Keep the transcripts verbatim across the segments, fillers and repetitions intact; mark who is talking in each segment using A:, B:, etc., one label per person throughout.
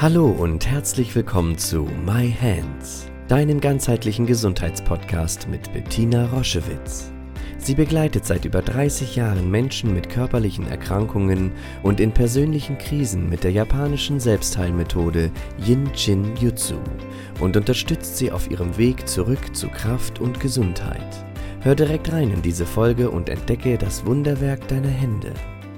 A: Hallo und herzlich willkommen zu My Hands, deinem ganzheitlichen Gesundheitspodcast mit Bettina Roschewitz. Sie begleitet seit über dreißig Jahren Menschen mit körperlichen Erkrankungen und in persönlichen Krisen mit der japanischen Selbstheilmethode Yin-Shin Jutsu und unterstützt sie auf ihrem Weg zurück zu Kraft und Gesundheit. Hör direkt rein in diese Folge und entdecke das Wunderwerk deiner Hände.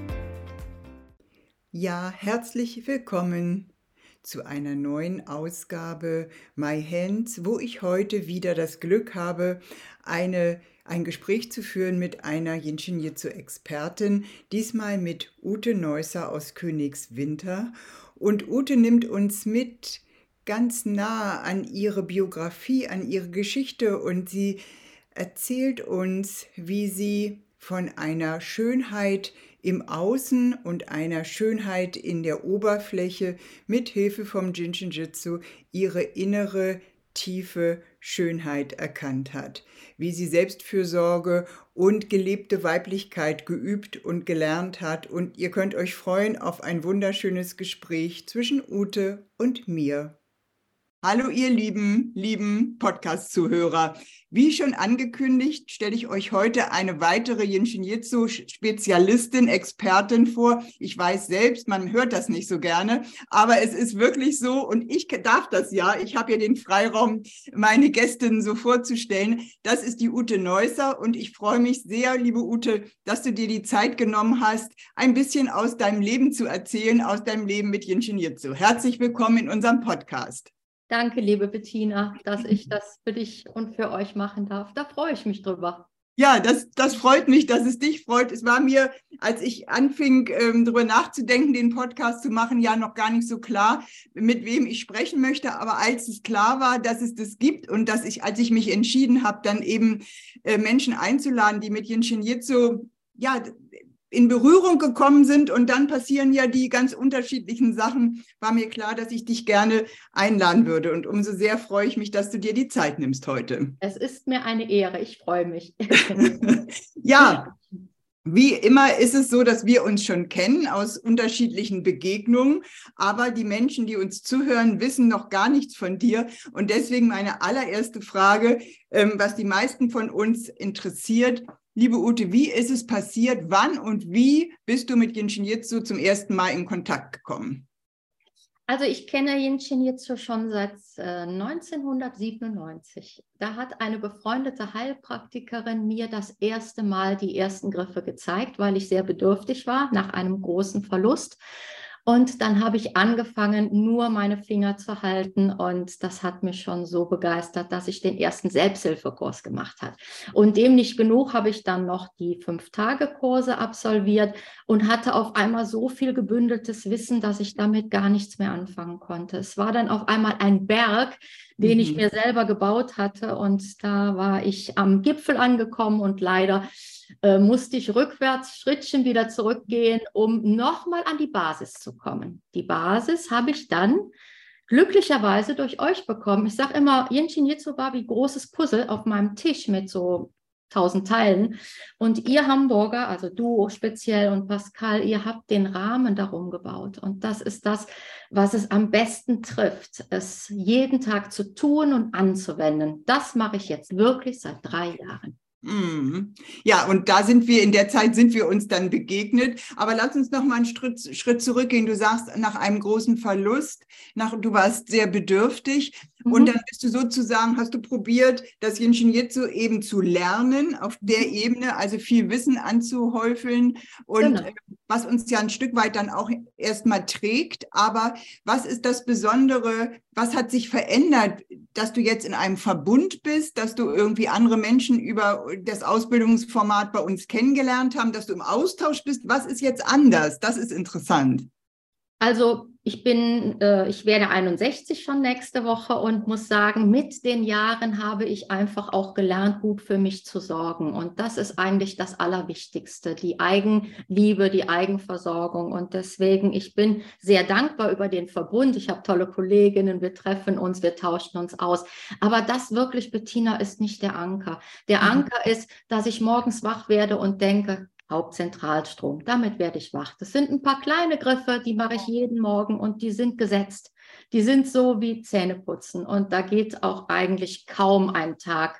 B: Ja, herzlich willkommen zu einer neuen Ausgabe My Hands, wo ich heute wieder das Glück habe, eine, ein Gespräch zu führen mit einer Yin-Shin Jutsu-Expertin, diesmal mit Ute Neusser aus Königswinter. Und Ute nimmt uns mit ganz nah an ihre Biografie, an ihre Geschichte, und sie erzählt uns, wie sie von einer Schönheit im Außen und einer Schönheit in der Oberfläche mit Hilfe vom Yin-Shin Jutsu ihre innere, tiefe Schönheit erkannt hat. Wie sie Selbstfürsorge und gelebte Weiblichkeit geübt und gelernt hat. Und ihr könnt euch freuen auf ein wunderschönes Gespräch zwischen Ute und mir. Hallo ihr lieben, lieben Podcast-Zuhörer. Wie schon angekündigt, stelle ich euch heute eine weitere Yin-Shin Jutsu-Spezialistin, Expertin vor. Ich weiß selbst, man hört das nicht so gerne, aber es ist wirklich so und ich darf das ja. Ich habe ja den Freiraum, meine Gästinnen so vorzustellen. Das ist die Ute Neusser und ich freue mich sehr, liebe Ute, dass du dir die Zeit genommen hast, ein bisschen aus deinem Leben zu erzählen, aus deinem Leben mit Yin-Shin Jutsu. Herzlich willkommen in unserem Podcast.
C: Danke, liebe Bettina, dass ich das für dich und für euch machen darf. Da freue ich mich drüber.
B: Ja, das, das freut mich, dass es dich freut. Es war mir, als ich anfing, ähm, darüber nachzudenken, den Podcast zu machen, ja noch gar nicht so klar, mit wem ich sprechen möchte. Aber als es klar war, dass es das gibt und dass ich, als ich mich entschieden habe, dann eben äh, Menschen einzuladen, die mit Yin-Shin Jutsu, ja, in Berührung gekommen sind und dann passieren ja die ganz unterschiedlichen Sachen, war mir klar, dass ich dich gerne einladen würde. Und umso sehr freue ich mich, dass du dir die Zeit nimmst heute.
C: Es ist mir eine Ehre, ich freue mich.
B: Ja, wie immer ist es so, dass wir uns schon kennen aus unterschiedlichen Begegnungen, aber die Menschen, die uns zuhören, wissen noch gar nichts von dir. Und deswegen meine allererste Frage, was die meisten von uns interessiert: Liebe Ute, wie ist es passiert? Wann und wie bist du mit Yin-Shin Jutsu zum ersten Mal in Kontakt gekommen?
C: Also ich kenne Yin-Shin Jutsu schon seit äh, neunzehnhundertsiebenundneunzig. Da hat eine befreundete Heilpraktikerin mir das erste Mal die ersten Griffe gezeigt, weil ich sehr bedürftig war nach einem großen Verlust. Und dann habe ich angefangen, nur meine Finger zu halten, und das hat mich schon so begeistert, dass ich den ersten Selbsthilfekurs gemacht habe. Und dem nicht genug, habe ich dann noch die Fünf-Tage-Kurse absolviert und hatte auf einmal so viel gebündeltes Wissen, dass ich damit gar nichts mehr anfangen konnte. Es war dann auf einmal ein Berg, den mhm. ich mir selber gebaut hatte, und da war ich am Gipfel angekommen und leider äh, musste ich rückwärts Schrittchen wieder zurückgehen, um nochmal an die Basis zu kommen. Die Basis habe ich dann glücklicherweise durch euch bekommen. Ich sage immer, Yin-Shin Jutsu war wie großes Puzzle auf meinem Tisch mit so tausend Teilen. Und ihr Hamburger, also du speziell und Pascal, ihr habt den Rahmen darum gebaut. Und das ist das, was es am besten trifft, es jeden Tag zu tun und anzuwenden. Das mache ich jetzt wirklich seit drei Jahren.
B: Ja, und da sind wir, in der Zeit sind wir uns dann begegnet. Aber lass uns noch mal einen Schritt, Schritt zurückgehen. Du sagst, nach einem großen Verlust, nach, du warst sehr bedürftig. Mhm. Und dann bist du sozusagen, hast du probiert, das Yin-Shin Jutsu eben zu lernen, auf der Ebene, also viel Wissen anzuhäufeln. Und genau. Was uns ja ein Stück weit dann auch erstmal trägt. Aber was ist das Besondere? Was hat sich verändert, dass du jetzt in einem Verbund bist, dass du irgendwie andere Menschen über das Ausbildungsformat bei uns kennengelernt haben, dass du im Austausch bist? Was ist jetzt anders? Das ist interessant.
C: Also ich bin, äh, ich werde einundsechzig schon nächste Woche und muss sagen, mit den Jahren habe ich einfach auch gelernt, gut für mich zu sorgen. Und das ist eigentlich das Allerwichtigste, die Eigenliebe, die Eigenversorgung. Und deswegen, ich bin sehr dankbar über den Verbund. Ich habe tolle Kolleginnen, wir treffen uns, wir tauschen uns aus. Aber das wirklich, Bettina, ist nicht der Anker. Der mhm. Anker ist, dass ich morgens wach werde und denke, Hauptzentralstrom, damit werde ich wach. Das sind ein paar kleine Griffe, die mache ich jeden Morgen und die sind gesetzt. die sind so wie Zähneputzen und da geht auch eigentlich kaum ein Tag,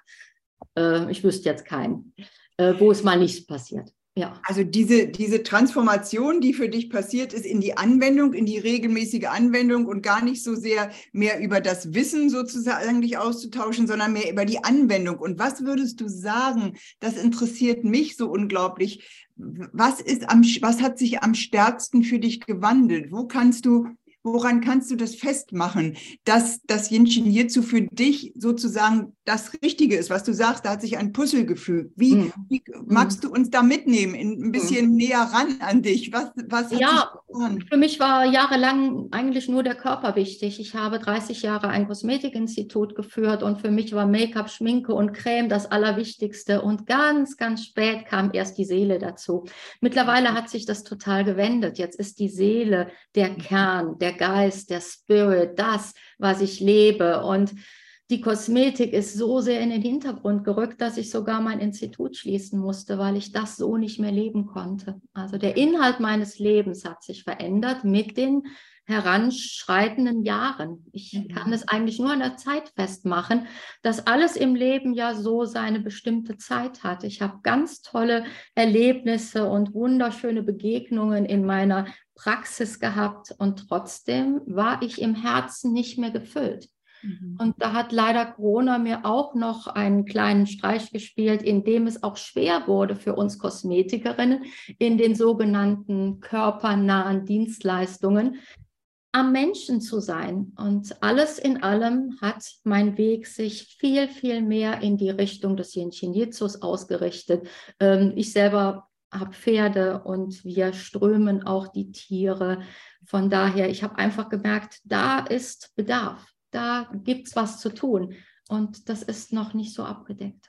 C: äh, ich wüsste jetzt keinen, äh, wo es mal nicht passiert. Ja.
B: Also diese, diese Transformation, die für dich passiert ist, in die Anwendung, in die regelmäßige Anwendung und gar nicht so sehr mehr über das Wissen sozusagen dich auszutauschen, sondern mehr über die Anwendung. Und was würdest du sagen, das interessiert mich so unglaublich, was ist am, was hat sich am stärksten für dich gewandelt? Wo kannst du Woran kannst du das festmachen, dass das Yin Shin Jyutsu für dich sozusagen das Richtige ist, was du sagst, da hat sich ein Puzzle gefügt. Wie, mhm. wie magst du uns da mitnehmen, ein bisschen mhm. näher ran an dich? Was, was hat
C: ja,
B: sich getan?
C: Für mich war jahrelang eigentlich nur der Körper wichtig. Ich habe dreißig Jahre ein Kosmetikinstitut geführt und für mich war Make-up, Schminke und Creme das Allerwichtigste. Und ganz, ganz spät kam erst die Seele dazu. Mittlerweile hat sich das total gewendet. Jetzt ist die Seele der Kern, der Geist, der Spirit, das, was ich lebe. Und die Kosmetik ist so sehr in den Hintergrund gerückt, dass ich sogar mein Institut schließen musste, weil ich das so nicht mehr leben konnte. Also der Inhalt meines Lebens hat sich verändert mit den heranschreitenden Jahren. Ich mhm. kann es eigentlich nur an der Zeit festmachen, dass alles im Leben ja so seine bestimmte Zeit hat. Ich habe ganz tolle Erlebnisse und wunderschöne Begegnungen in meiner Praxis gehabt und trotzdem war ich im Herzen nicht mehr gefüllt. Mhm. Und da hat leider Corona mir auch noch einen kleinen Streich gespielt, indem es auch schwer wurde für uns Kosmetikerinnen in den sogenannten körpernahen Dienstleistungen am Menschen zu sein. Und alles in allem hat mein Weg sich viel, viel mehr in die Richtung des Yin Shin Jyutsus ausgerichtet. Ähm, ich selber habe Pferde und wir strömen auch die Tiere. Von daher, ich habe einfach gemerkt, da ist Bedarf, da gibt es was zu tun und das ist noch nicht so abgedeckt.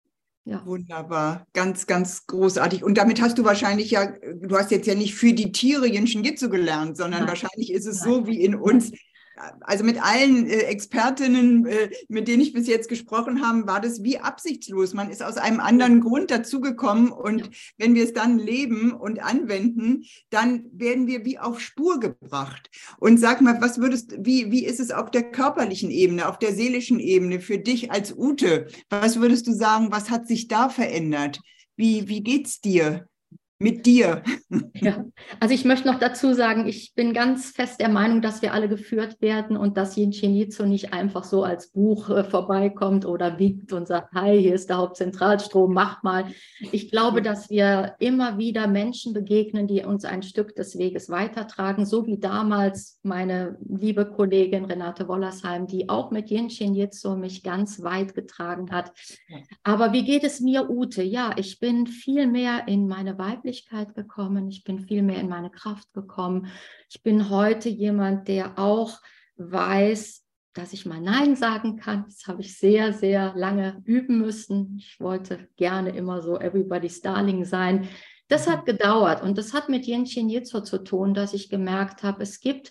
C: Ja.
B: Wunderbar, ganz, ganz großartig. Und damit hast du wahrscheinlich ja, du hast jetzt ja nicht für die Tiere Yin Shin Jyutsu gelernt, sondern Nein. wahrscheinlich ist es Nein. so wie in uns. Also mit allen äh, Expertinnen, äh, mit denen ich bis jetzt gesprochen habe, war das wie absichtslos. Man ist aus einem anderen Grund dazugekommen und ja. wenn wir es dann leben und anwenden, dann werden wir wie auf Spur gebracht. Und sag mal, was würdest, wie, wie ist es auf der körperlichen Ebene, auf der seelischen Ebene für dich als Ute? Was würdest du sagen, was hat sich da verändert? Wie, wie geht's dir? Mit dir.
C: Ja, also ich möchte noch dazu sagen, ich bin ganz fest der Meinung, dass wir alle geführt werden und dass Yin Shin Jyutsu nicht einfach so als Buch äh, vorbeikommt oder winkt und sagt, hi, hier ist der Hauptzentralstrom, mach mal. Ich glaube, dass wir immer wieder Menschen begegnen, die uns ein Stück des Weges weitertragen, so wie damals meine liebe Kollegin Renate Wollersheim, die auch mit Yin Shin Jyutsu mich ganz weit getragen hat. Aber wie geht es mir, Ute? Ja, ich bin viel mehr in meine Weiblichkeit gekommen, ich bin viel mehr in meine Kraft gekommen. Ich bin heute jemand, der auch weiß, dass ich mal Nein sagen kann. Das habe ich sehr, sehr lange üben müssen. Ich wollte gerne immer so everybody's darling sein. Das hat gedauert und das hat mit Yin Shin Jyutsu zu tun, dass ich gemerkt habe, es gibt,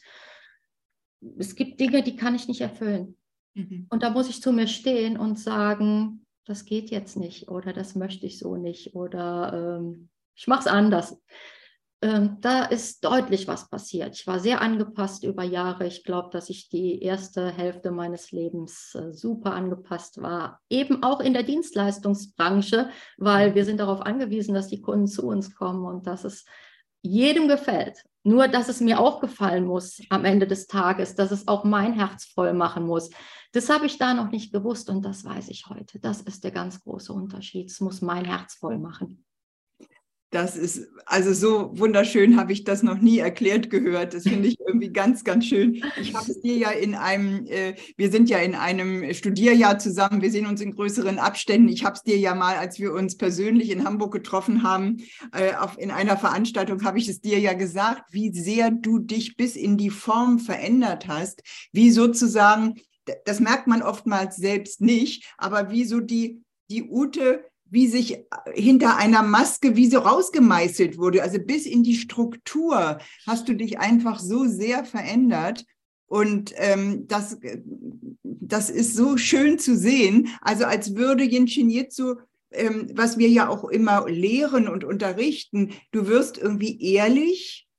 C: es gibt Dinge, die kann ich nicht erfüllen. Mhm. Und da muss ich zu mir stehen und sagen, das geht jetzt nicht oder das möchte ich so nicht oder ähm, ich mache es anders. Ähm, da ist deutlich was passiert. Ich war sehr angepasst über Jahre. Ich glaube, dass ich die erste Hälfte meines Lebens äh, super angepasst war. Eben auch in der Dienstleistungsbranche, weil wir sind darauf angewiesen, dass die Kunden zu uns kommen und dass es jedem gefällt. Nur, dass es mir auch gefallen muss am Ende des Tages, dass es auch mein Herz voll machen muss. Das habe ich da noch nicht gewusst und das weiß ich heute. Das ist der ganz große Unterschied. Es muss mein Herz voll machen.
B: Das ist, also so wunderschön habe ich das noch nie erklärt gehört. Das finde ich irgendwie ganz, ganz schön. Ich habe es dir ja in einem, äh, wir sind ja in einem Studierjahr zusammen, wir sehen uns in größeren Abständen. Ich habe es dir ja mal, als wir uns persönlich in Hamburg getroffen haben, äh, auf, in einer Veranstaltung habe ich es dir ja gesagt, wie sehr du dich bis in die Form verändert hast, wie sozusagen, das merkt man oftmals selbst nicht, aber wie so die, die Ute, wie sich hinter einer Maske, wie so rausgemeißelt wurde, also bis in die Struktur hast du dich einfach so sehr verändert und ähm, das, das ist so schön zu sehen, also als würde Yin Shin Jyutsu, ähm, was wir ja auch immer lehren und unterrichten, du wirst irgendwie ehrlich,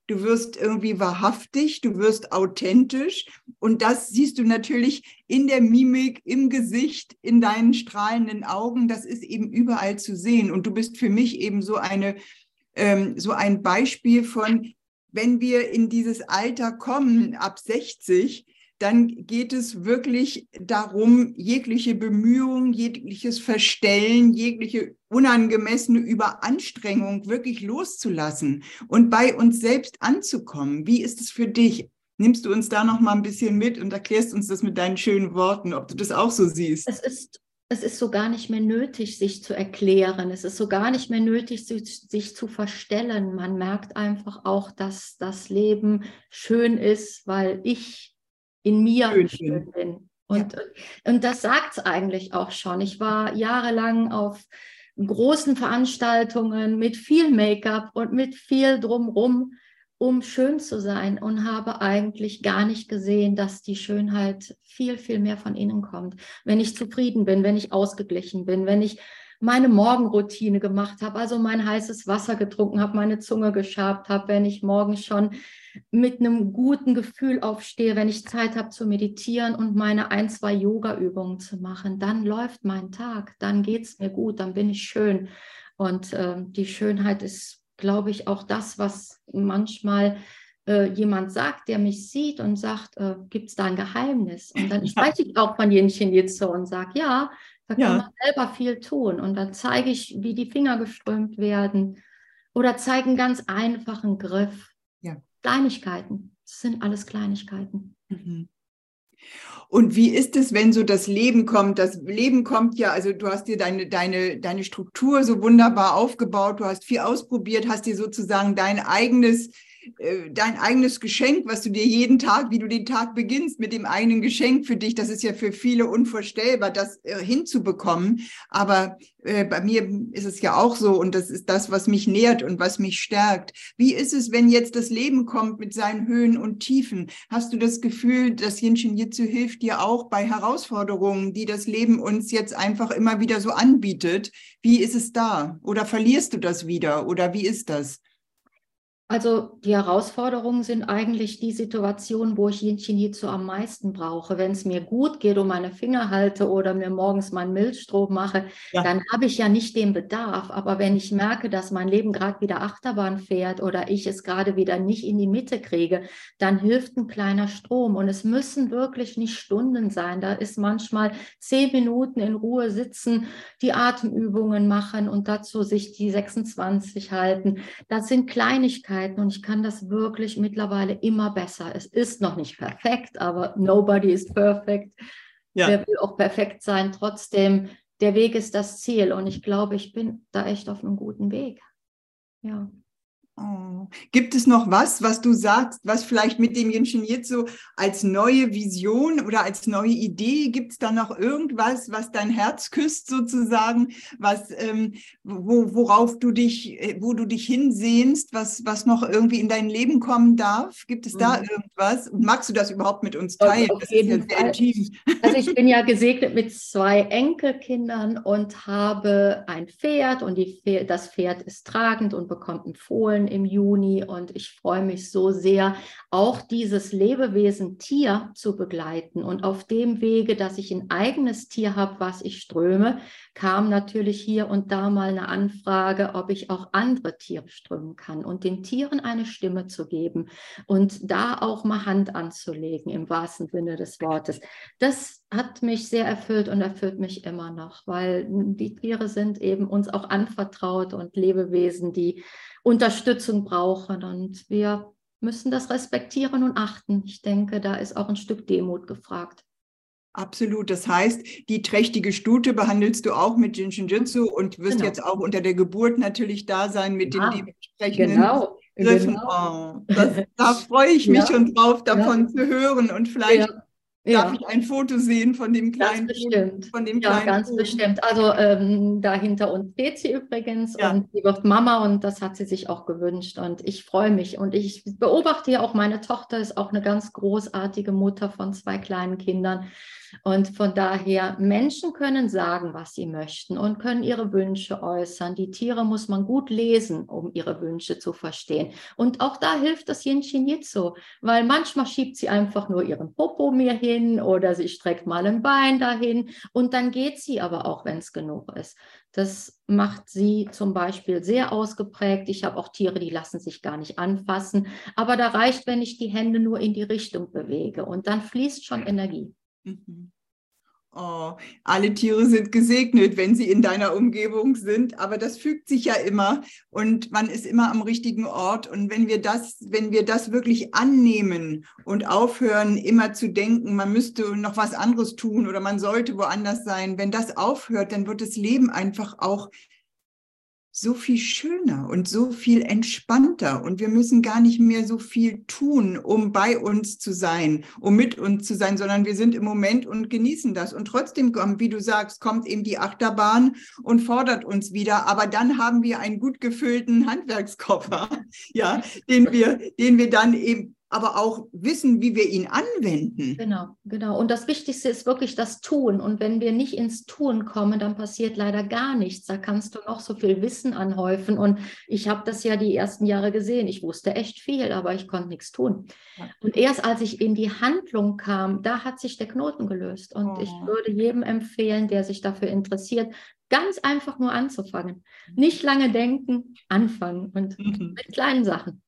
B: du wirst irgendwie wahrhaftig, du wirst authentisch und das siehst du natürlich in der Mimik, im Gesicht, in deinen strahlenden Augen, das ist eben überall zu sehen und du bist für mich eben so eine, ähm, so ein Beispiel von, wenn wir in dieses Alter kommen, ab sechzig, dann geht es wirklich darum, jegliche Bemühung, jegliches Verstellen, jegliche unangemessene Überanstrengung wirklich loszulassen und bei uns selbst anzukommen. Wie ist es für dich? Nimmst du uns da noch mal ein bisschen mit und erklärst uns das mit deinen schönen Worten, ob du das auch so siehst?
C: Es ist, es ist so gar nicht mehr nötig, sich zu erklären. Es ist so gar nicht mehr nötig, sich, sich zu verstellen. Man merkt einfach auch, dass das Leben schön ist, weil ich in mir schön, schön bin. Und, ja. und das sagt es eigentlich auch schon. Ich war jahrelang auf großen Veranstaltungen mit viel Make-up und mit viel drumherum, um schön zu sein und habe eigentlich gar nicht gesehen, dass die Schönheit viel, viel mehr von innen kommt. Wenn ich zufrieden bin, wenn ich ausgeglichen bin, wenn ich meine Morgenroutine gemacht habe, also mein heißes Wasser getrunken habe, meine Zunge geschabt habe, wenn ich morgens schon mit einem guten Gefühl aufstehe, wenn ich Zeit habe zu meditieren und meine ein, zwei Yoga-Übungen zu machen, dann läuft mein Tag, dann geht es mir gut, dann bin ich schön. Und äh, die Schönheit ist, glaube ich, auch das, was manchmal äh, jemand sagt, der mich sieht und sagt, äh, gibt es da ein Geheimnis? Und dann spreche ich auch von Jinshin Jitsu und sage, ja, da kann ja. man selber viel tun. Und dann zeige ich, wie die Finger geströmt werden oder zeige einen ganz einfachen Griff. Ja. Kleinigkeiten, das sind alles Kleinigkeiten.
B: Mhm. Und wie ist es, wenn so das Leben kommt? Das Leben kommt ja, also du hast dir deine, deine, deine Struktur so wunderbar aufgebaut, du hast viel ausprobiert, hast dir sozusagen dein eigenes, äh, dein eigenes Geschenk, was du dir jeden Tag, wie du den Tag beginnst, mit dem eigenen Geschenk für dich, das ist ja für viele unvorstellbar, das äh, hinzubekommen. Aber äh, bei mir ist es ja auch so und das ist das, was mich nährt und was mich stärkt. Wie ist es, wenn jetzt das Leben kommt mit seinen Höhen und Tiefen? Hast du das Gefühl, dass Jinshin Jitsu hilft dir auch bei Herausforderungen, die das Leben uns jetzt einfach immer wieder so anbietet? Wie ist es da? Oder verlierst du das wieder? Oder wie ist das?
C: Also die Herausforderungen sind eigentlich die Situationen, wo ich Jinshin Jitsu am meisten brauche. Wenn es mir gut geht und meine Finger halte oder mir morgens meinen Milchstrom mache, ja. dann habe ich ja nicht den Bedarf. Aber wenn ich merke, dass mein Leben gerade wieder Achterbahn fährt oder ich es gerade wieder nicht in die Mitte kriege, dann hilft ein kleiner Strom. Und es müssen wirklich nicht Stunden sein. Da ist manchmal zehn Minuten in Ruhe sitzen, die Atemübungen machen und dazu sich die sechsundzwanzig halten. Das sind Kleinigkeiten. Und ich kann das wirklich mittlerweile immer besser. Es ist noch nicht perfekt, aber nobody is perfect. Ja. Wer will auch perfekt sein? Trotzdem, der Weg ist das Ziel. Und ich glaube, ich bin da echt auf einem guten Weg. Ja.
B: Oh. Gibt es noch was, was du sagst, was vielleicht mit dem Jinshin Jitsu als neue Vision oder als neue Idee, gibt es da noch irgendwas, was dein Herz küsst sozusagen, was, ähm, wo, worauf du dich, wo du dich hinsehnst, was, was noch irgendwie in dein Leben kommen darf? Gibt es da mhm. irgendwas? Und magst du das überhaupt mit uns teilen?
C: Auf jeden das ist ja sehr intim. Also ich bin ja gesegnet mit zwei Enkelkindern und habe ein Pferd und die Pferd, das Pferd ist tragend und bekommt ein Fohlen im Juni und ich freue mich so sehr, auch dieses Lebewesen Tier zu begleiten. Und auf dem Wege, dass ich ein eigenes Tier habe, was ich ströme, kam natürlich hier und da mal eine Anfrage, ob ich auch andere Tiere strömen kann und den Tieren eine Stimme zu geben und da auch mal Hand anzulegen, im wahrsten Sinne des Wortes. Das hat mich sehr erfüllt und erfüllt mich immer noch, weil die Tiere sind eben uns auch anvertraut und Lebewesen, die Unterstützung brauchen und wir müssen das respektieren und achten. Ich denke, da ist auch ein Stück Demut gefragt.
B: Absolut. Das heißt, die trächtige Stute behandelst du auch mit Jinshin Jitsu und wirst genau. jetzt auch unter der Geburt natürlich da sein mit ja, den dementsprechenden
C: genau,
B: Griffen.
C: Genau.
B: Oh, das, da freue ich mich ja. schon drauf, davon ja. zu hören und vielleicht ja.
C: Ja.
B: darf ich ein Foto sehen von dem kleinen
C: Ganz bestimmt.
B: Von dem
C: ja,
B: kleinen
C: ganz
B: Buben.
C: bestimmt. Also ähm, da hinter uns steht sie übrigens ja. und sie wird Mama und das hat sie sich auch gewünscht und ich freue mich und ich beobachte ja auch, meine Tochter ist auch eine ganz großartige Mutter von zwei kleinen Kindern Und von daher, Menschen können sagen, was sie möchten und können ihre Wünsche äußern. Die Tiere muss man gut lesen, um ihre Wünsche zu verstehen. Und auch da hilft das Yin-Shin Jitsu, weil manchmal schiebt sie einfach nur ihren Popo mir hin oder sie streckt mal ein Bein dahin und dann geht sie aber auch, wenn es genug ist. Das macht sie zum Beispiel sehr ausgeprägt. Ich habe auch Tiere, die lassen sich gar nicht anfassen. Aber da reicht, wenn ich die Hände nur in die Richtung bewege und dann fließt schon Energie.
B: Mhm. Oh, alle Tiere sind gesegnet, wenn sie in deiner Umgebung sind, aber das fügt sich ja immer und man ist immer am richtigen Ort. Und wenn wir das, wenn wir das wirklich annehmen und aufhören, immer zu denken, man müsste noch was anderes tun oder man sollte woanders sein, wenn das aufhört, dann wird das Leben einfach auch so viel schöner und so viel entspannter und wir müssen gar nicht mehr so viel tun, um bei uns zu sein, um mit uns zu sein, sondern wir sind im Moment und genießen das. Und trotzdem, wie du sagst, kommt eben die Achterbahn und fordert uns wieder, aber dann haben wir einen gut gefüllten Handwerkskoffer, ja, den wir, den wir dann eben aber auch wissen, wie wir ihn anwenden.
C: Genau, genau. Und das Wichtigste ist wirklich das Tun. Und wenn wir nicht ins Tun kommen, dann passiert leider gar nichts. Da kannst du noch so viel Wissen anhäufen. Und ich habe das ja die ersten Jahre gesehen. Ich wusste echt viel, aber ich konnte nichts tun. Ja. Und erst als ich in die Handlung kam, da hat sich der Knoten gelöst. Und oh. ich würde jedem empfehlen, der sich dafür interessiert, ganz einfach nur anzufangen. Nicht lange denken, anfangen und mhm. mit kleinen Sachen.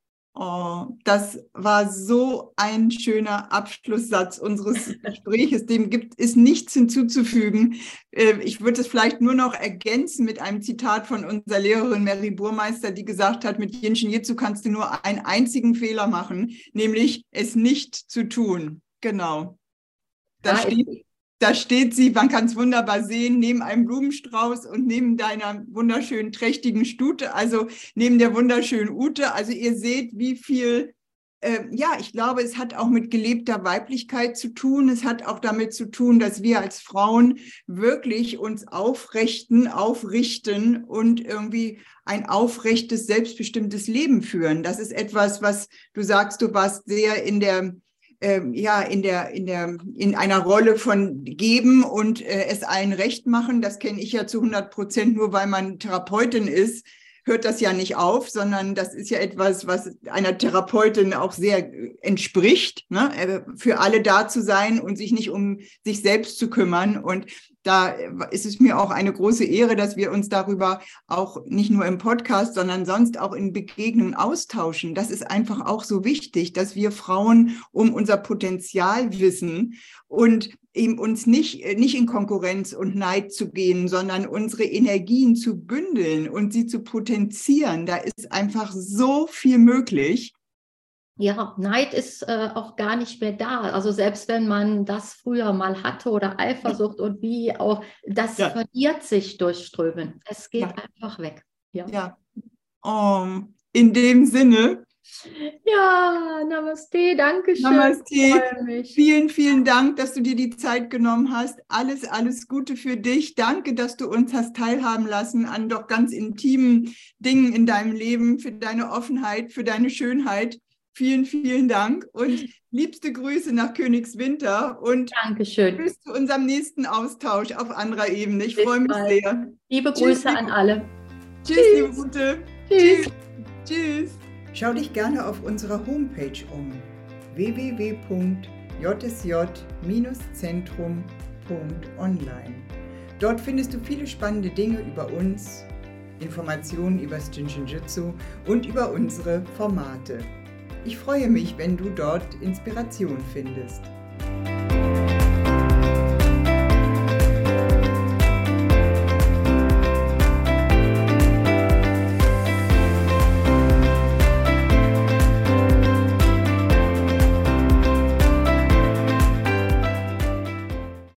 B: Oh, das war so ein schöner Abschlusssatz unseres Gespräches. Dem gibt es nichts hinzuzufügen. Ich würde es vielleicht nur noch ergänzen mit einem Zitat von unserer Lehrerin Mary Burmeister, die gesagt hat, mit Yin-Shin Jitsu kannst du nur einen einzigen Fehler machen, nämlich es nicht zu tun. Genau. Da steht, da steht sie, man kann es wunderbar sehen, neben einem Blumenstrauß und neben deiner wunderschönen, trächtigen Stute, also neben der wunderschönen Ute. Also ihr seht, wie viel, äh, ja, ich glaube, es hat auch mit gelebter Weiblichkeit zu tun. Es hat auch damit zu tun, dass wir als Frauen wirklich uns aufrechten, aufrichten und irgendwie ein aufrechtes, selbstbestimmtes Leben führen. Das ist etwas, was du sagst, du warst sehr in der ja, in der, in der, in einer Rolle von geben und äh, es allen recht machen. Das kenne ich ja zu hundert Prozent, nur weil man Therapeutin ist, hört das ja nicht auf, sondern das ist ja etwas, was einer Therapeutin auch sehr entspricht, ne? Für alle da zu sein und sich nicht um sich selbst zu kümmern. Und da ist es mir auch eine große Ehre, dass wir uns darüber auch nicht nur im Podcast, sondern sonst auch in Begegnungen austauschen. Das ist einfach auch so wichtig, dass wir Frauen um unser Potenzial wissen und eben uns nicht, nicht in Konkurrenz und Neid zu gehen, sondern unsere Energien zu bündeln und sie zu potenzieren. Da ist einfach so viel möglich.
C: Ja, Neid ist äh, auch gar nicht mehr da. Also selbst wenn man das früher mal hatte oder Eifersucht und wie auch, das ja. verliert sich durch Strömen. Es geht ja. einfach weg. Ja.
B: ja. Oh, in dem Sinne.
C: Ja, Namaste, danke schön.
B: Namaste. Vielen, vielen Dank, dass du dir die Zeit genommen hast. Alles, alles Gute für dich. Danke, dass du uns hast teilhaben lassen an doch ganz intimen Dingen in deinem Leben, für deine Offenheit, für deine Schönheit. Vielen, vielen Dank und liebste Grüße nach Königswinter und
C: Dankeschön.
B: Bis zu unserem nächsten Austausch auf anderer Ebene. Ich bis freue mich bald. sehr.
C: Liebe Grüße Tschüss, an alle.
B: Tschüss, Tschüss. liebe Gute.
C: Tschüss.
B: Tschüss. Tschüss. Schau dich gerne auf unserer Homepage um w w w punkt j s j zentrum punkt online. Dort findest du viele spannende Dinge über uns, Informationen über das Yin-Shin Jitsu und über unsere Formate. Ich freue mich, wenn du dort Inspiration findest.